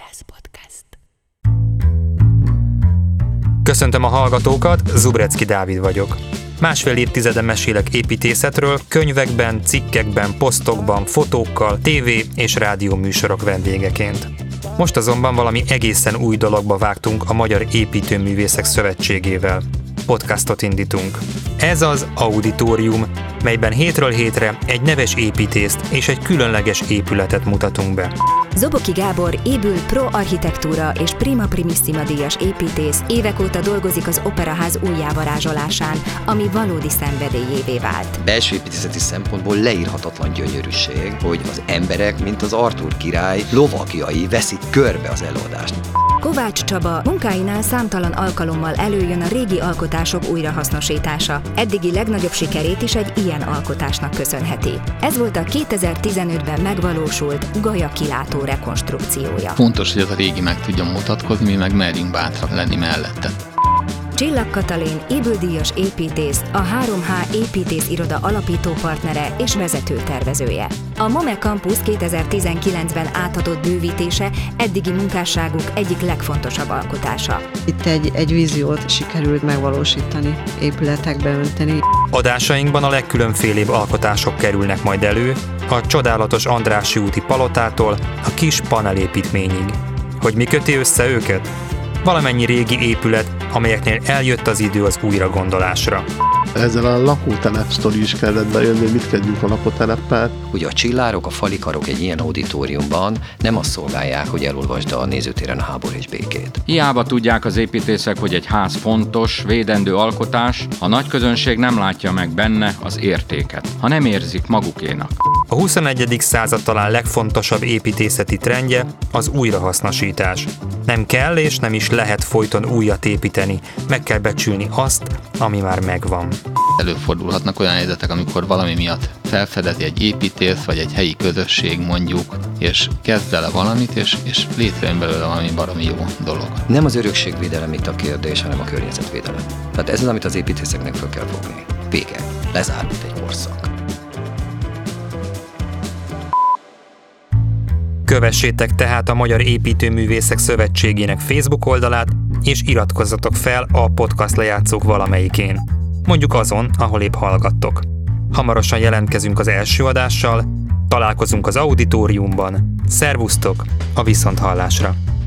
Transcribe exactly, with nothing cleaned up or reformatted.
Ház Podcast. Köszöntöm a hallgatókat, Zubrecki Dávid vagyok. Másfél évtizede mesélek építészetről, könyvekben, cikkekben, posztokban, fotókkal, tévé és rádió műsorok vendégeként. Most azonban valami egészen új dologba vágtunk a Magyar Építőművészek Szövetségével. Podcastot indítunk. Ez az Auditorium, melyben hétről hétre egy neves építészt és egy különleges épületet mutatunk be. Zoboki Gábor ébül Pro Architektúra és Prima Primissima díjas építész, évek óta dolgozik az Operaház újjávarázsolásán, ami valódi szenvedélyévé vált. Belső építészeti szempontból leírhatatlan gyönyörűség, hogy az emberek, mint az Artúr király lovagjai veszik körbe az előadást. Kovács Csaba munkáinál számtalan alkalommal előjön a régi alkotások újrahasznosítása. Eddigi legnagyobb sikerét is egy ilyen alkotásnak köszönheti. Ez volt a kétezer-tizenötben megvalósult Gaja kilátó rekonstrukciója. Fontos, hogy ez a régi meg tudjon mutatkozni, mi meg merjünk bátrak lenni mellette. Csillag Katalin ébüldíjas építész, a három há építésziroda alapító partnere és vezető tervezője. A MOME Campus kétezer-tizenkilencben átadott bővítése eddigi munkásságuk egyik legfontosabb alkotása. Itt egy, egy víziót sikerült megvalósítani, épületekbe önteni. Adásainkban a legkülönfélébb alkotások kerülnek majd elő, a csodálatos Andrássy úti palotától a kis panelépítményig. Hogy mi köti össze őket? Valamennyi régi épület, amelyeknél eljött az idő az újragondolásra. Ezzel a lakótelep sztori is kellett bejönni, mit kezdjünk a lakóteleppel. Ugye a csillárok, a falikarok egy ilyen auditoriumban nem azt szolgálják, hogy elolvasd a nézőtéren a háború és békét. Hiába tudják az építészek, hogy egy ház fontos, védendő alkotás, a nagy közönség nem látja meg benne az értéket, ha nem érzik magukénak. A huszonegyedik század talán legfontosabb építészeti trendje az újrahasznosítás. Nem kell és nem is lehet folyton újat építeni, meg kell becsülni azt, ami már megvan. Előfordulhatnak olyan helyzetek, amikor valami miatt felfedezi egy építész, vagy egy helyi közösség mondjuk, és kezd vele valamit, és, és létrejön belőle valami baromi jó dolog. Nem az örökségvédelem itt a kérdés, hanem a környezetvédelem. Tehát ez az, amit az építészeknek fel kell fogni. Vége. Lezárult egy korszak. Kövessétek tehát a Magyar Építőművészek Szövetségének Facebook oldalát, és iratkozzatok fel a podcast lejátszók valamelyikén. Mondjuk azon, ahol épp hallgattok. Hamarosan jelentkezünk az első adással, találkozunk az auditoriumban. Szervusztok, a viszonthallásra!